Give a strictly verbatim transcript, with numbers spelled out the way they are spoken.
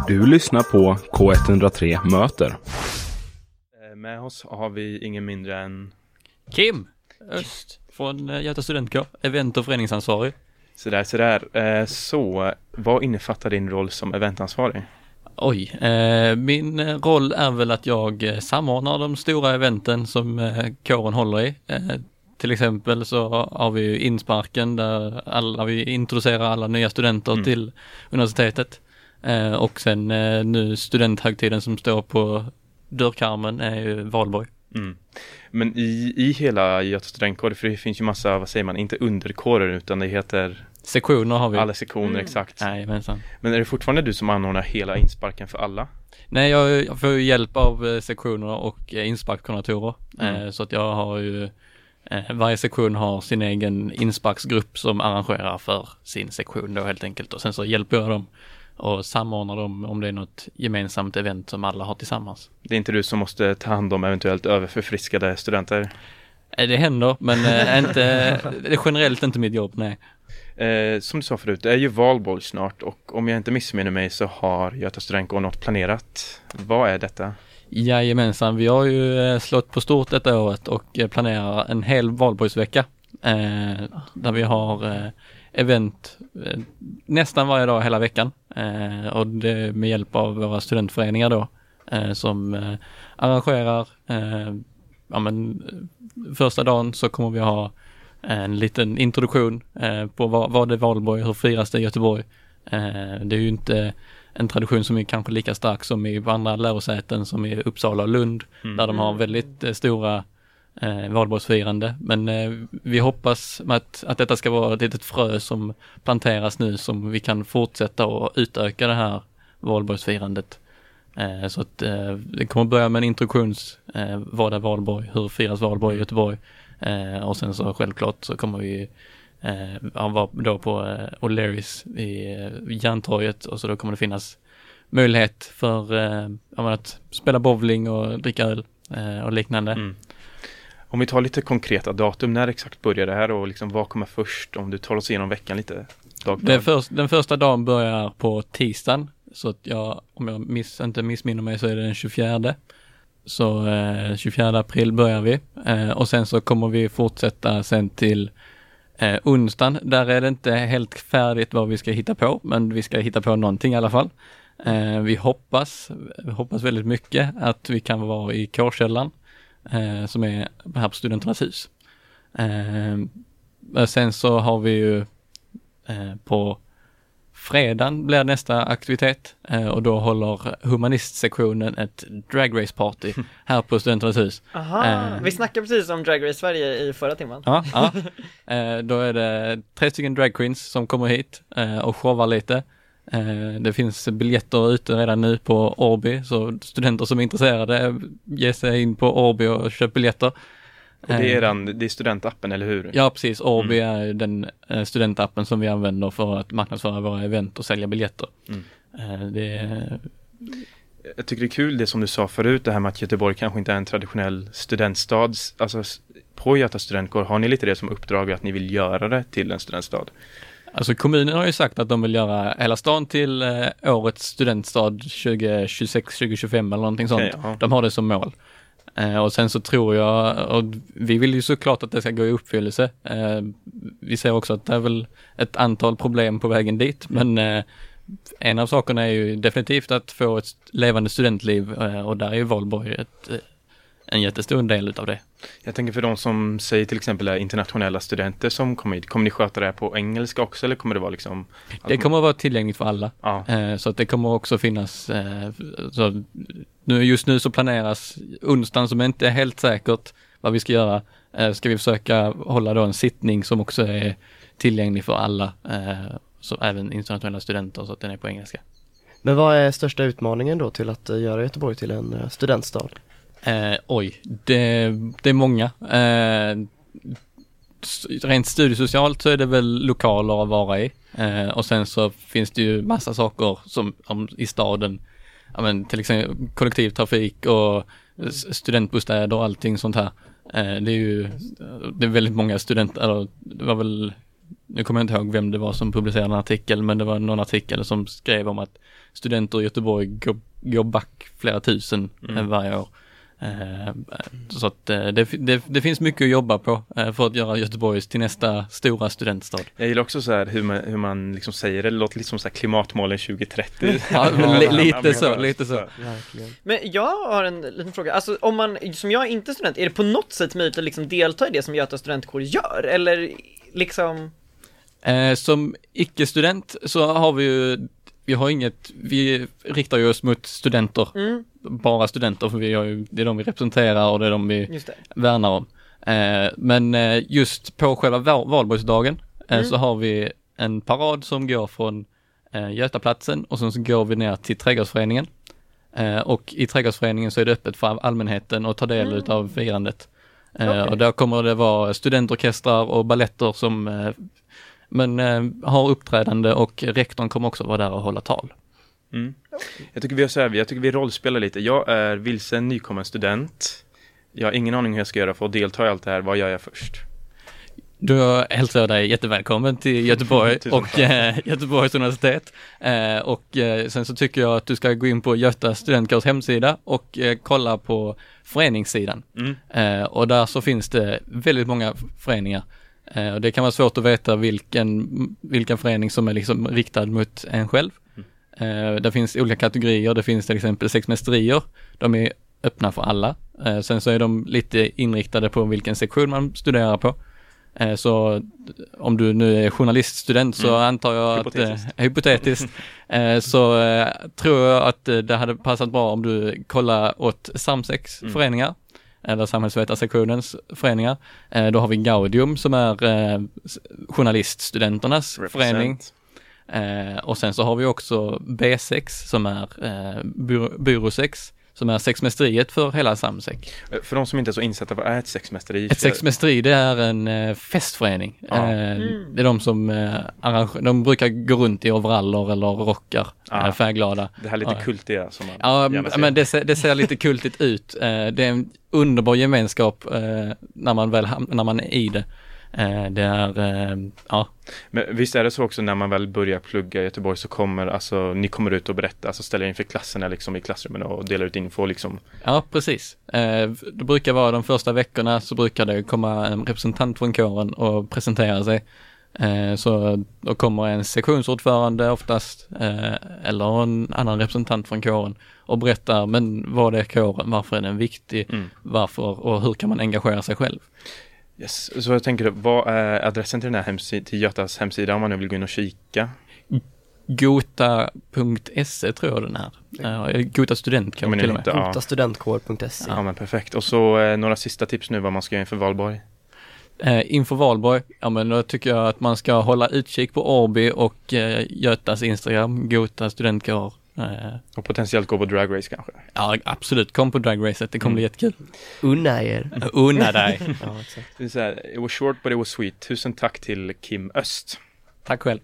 Du lyssnar på K ett noll tre Möter. Med oss har vi ingen mindre än Kim Öst från Göta studentkår, event- och föreningsansvarig. Sådär, sådär. Så, vad innefattar din roll som eventansvarig? Oj, eh, min roll är väl att jag samordnar de stora eventen som eh, kåren håller i. Eh, till exempel så har vi ju insparken där alla, vi introducerar alla nya studenter mm. till universitetet. Eh, och sen eh, nu studenthögtiden som står på dörrkarmen är ju Valborg. Mm. Men i, i hela Göta studentkår, för det finns ju massa, vad säger man, inte underkårer utan det heter... Sektioner har vi. Alla sektioner, mm. exakt. Nej, mensan. Men är det fortfarande du som anordnar hela insparken för alla? Nej, jag, jag får hjälp av sektioner och insparkkoordinatorer. Mm. Eh, så att jag har ju, eh, varje sektion har sin egen insparksgrupp som arrangerar för sin sektion då helt enkelt. Och sen så hjälper jag dem och samordnar dem om det är något gemensamt event som alla har tillsammans. Det är inte du som måste ta hand om eventuellt överförfriskade studenter? Det händer, men äh, inte, det är generellt inte mitt jobb, nej. Eh, som du sa förut, det är ju valborg snart och om jag inte missminner mig så har Göta studentkår något planerat. Vad är detta? Jajamensan, vi har ju slått på stort detta året och planerar en hel valborgsvecka eh, där vi har eh, event eh, nästan varje dag hela veckan eh, och det med hjälp av våra studentföreningar då eh, som eh, arrangerar eh, ja, men, första dagen så kommer vi ha en liten introduktion eh, på vad, vad det är valborg, hur firas det i Göteborg. Eh, det är ju inte en tradition som är kanske lika stark som i andra lärosäten som i Uppsala och Lund mm. där de har väldigt eh, stora eh, valborgsfirande. Men eh, vi hoppas att, att detta ska vara ett litet frö som planteras nu som vi kan fortsätta och utöka det här valborgsfirandet. Eh, så att eh, det kommer börja med en introduktions eh, vad är valborg, hur firas valborg i Göteborg. Eh, och sen så självklart så kommer vi eh, vara då på eh, O'Learys i eh, Järntorget och så då kommer det finnas möjlighet för eh, att spela bowling och dricka öl eh, och liknande. Mm. Om vi tar lite konkreta datum, när exakt börjar det här och liksom vad kommer först om du tar oss igenom veckan lite? Dag, dag. Den, för, den första dagen börjar på tisdagen så att jag, om jag miss, inte missminner mig så är det den tjugofjärde. Så eh, tjugofjärde april börjar vi eh, och sen så kommer vi fortsätta sen till eh, onsdagen. Där är det inte helt färdigt vad vi ska hitta på, men vi ska hitta på någonting i alla fall. Eh, vi hoppas, vi hoppas väldigt mycket att vi kan vara i kårkällan eh, som är här på Studenternas hus. Eh, sen så har vi ju eh, på fredagen blir nästa aktivitet eh, och då håller humanistsektionen ett Drag Race party här på Studenternas hus. Aha, eh, vi snackade precis om Drag Race Sverige i förra timmen. Ja, ja. Eh, då är det tre stycken drag queens som kommer hit eh, och showar lite. Eh, det finns biljetter ute redan nu på Orbi så studenter som är intresserade ger sig in på Orbi och köper biljetter. Och det är, den, det är studentappen, eller hur? Ja, precis. Orbi mm. är den eh, studentappen som vi använder för att marknadsföra våra event och sälja biljetter. Mm. Eh, det är... Jag tycker det är kul det som du sa förut, det här med att Göteborg kanske inte är en traditionell studentstad. Alltså på Göta studentkår, har ni lite det som uppdrag att ni vill göra det till en studentstad? Alltså kommunen har ju sagt att de vill göra hela stan till eh, årets studentstad tjugo tjugosex tjugo tjugofem eller någonting sånt. Okay, ja. De har det som mål. Eh, och sen så tror jag, och vi vill ju såklart att det ska gå i uppfyllelse. Eh, vi ser också att det är väl ett antal problem på vägen dit, men eh, en av sakerna är ju definitivt att få ett levande studentliv eh, och där är ju Valborg ett, en jättestor del utav det. Jag tänker för de som säger till exempel är internationella studenter som kommer hit, kommer ni sköta det här på engelska också eller kommer det vara liksom... Det kommer att vara tillgängligt för alla. Ja. Eh, så att det kommer också finnas... Eh, så nu, just nu så planeras onsdagen som inte är helt säkert vad vi ska göra. Eh, ska vi försöka hålla då en sittning som också är tillgänglig för alla. Eh, så även internationella studenter så att den är på engelska. Men vad är största utmaningen då till att göra Göteborg till en studentstad? Eh, oj, det, det är många. Eh, rent studiesocialt så är det väl lokaler att vara i. Eh, och sen så finns det ju massa saker som om, i staden. Ja, men, till exempel kollektivtrafik och studentbostäder och allting sånt här. Eh, det är ju det är väldigt många studenter, eller det var väl nu kommer jag inte ihåg vem det var som publicerade en artikel, men det var någon artikel som skrev om att studenter i Göteborg går, går back flera tusen mm. varje år. Uh, så att uh, det, det, det finns mycket att jobba på uh, för att göra Göteborg till nästa stora studentstad. Jag gillar också så här hur man, hur man liksom säger det, det låter lite som så här klimatmålen tjugo trettio. Ja, li, lite så, lite så. Men jag har en liten fråga, alltså om man, som jag är inte student, är det på något sätt möjligt att liksom delta i det som Göta studentkår gör? Eller liksom? Uh, som icke-student så har vi ju Vi har inget, vi riktar ju oss mot studenter, mm. bara studenter, för vi har ju, det är de vi representerar och det är de vi värnar om. Eh, men eh, just på själva val- valborgsdagen eh, mm. så har vi en parad som går från eh, Götaplatsen och sen så går vi ner till Trädgårdsföreningen. Eh, och i Trädgårdsföreningen så är det öppet för allmänheten att ta del mm. av firandet. Eh, okay. Och där kommer det vara studentorkestrar och balletter som eh, men eh, har uppträdande, och rektorn kommer också vara där och hålla tal. Mm. Jag tycker vi har så här, jag tycker vi rollspelar lite. Jag är vilsen nykommen student. Jag har ingen aning hur jag ska göra för att delta i allt det här. Vad gör jag först? Då hälsar jag dig jättevälkommen till Göteborg och eh, Göteborgs universitet. Eh, och eh, sen så tycker jag att du ska gå in på Göta studentkårs hemsida och eh, kolla på föreningssidan. Mm. Eh, och där så finns det väldigt många föreningar. Uh, och det kan vara svårt att veta vilken, vilken förening som är liksom riktad mot en själv. Mm. Uh, det finns olika kategorier. Det finns till exempel sexmästerier. De är öppna för alla. Uh, sen så är de lite inriktade på vilken sektion man studerar på. Uh, så om du nu är journaliststudent så mm. antar jag hypotetiskt. att, uh, hypotetiskt, uh, så uh, tror jag att uh, det hade passat bra om du kollar åt Samsex mm. föreningar. Eller samhällsvetarsektionens föreningar. Eh, då har vi Gaudium som är eh, journaliststudenternas Represent. förening. Eh, och sen så har vi också B sex som är eh, by- byråsex, som är sexmästeriet för hela Samsek. För de som inte är så insatta, vad är ett sexmästeri? Ett sexmästeri, det är en eh, festförening. Ja. Eh, mm. Det är de som eh, arrangerar, de brukar gå runt i overaller eller rockar, ja. eh, färgglada. Det här lite ja. kultiga som man Ja, men det ser, det ser lite kultigt ut. Eh, det är en underbar gemenskap eh, när man väl när man är i det. Eh, det är, eh, ja. Men visst är det så också när man väl börjar plugga i Göteborg så kommer, alltså, ni kommer ut och berättar, alltså ställer inför klasserna liksom i klassrummen och delar ut info liksom. Ja, precis. Eh, det brukar vara de första veckorna så brukar det komma en representant från kåren och presentera sig. Eh, så då kommer en sektionsordförande oftast eh, eller en annan representant från kåren och berättar, men vad är kåren, varför är den viktig, mm. varför och hur kan man engagera sig själv. Yes. Så jag tänker, vad är adressen till den här hemsid- till Götas hemsida om man nu vill gå in och kika? Gota punkt se tror jag den här. Uh, Gota studentkår till och med. Ja. Gota studentkår punkt se. Ja, men perfekt. Och så eh, några sista tips nu vad man ska göra inför Valborg. Uh, inför Valborg, ja men då tycker jag att man ska hålla utkik på Åby och uh, Götas Instagram, Gota studentkår. Uh, och potentiellt gå på Drag Race kanske. Ja, absolut. Kom på Drag Racet, det kommer mm. bli jättekul. Unna er. Uh, unna dig. Ja, exakt. Det är så här, it was short but it was sweet. Tusen tack till Kim Öst. Tack själv.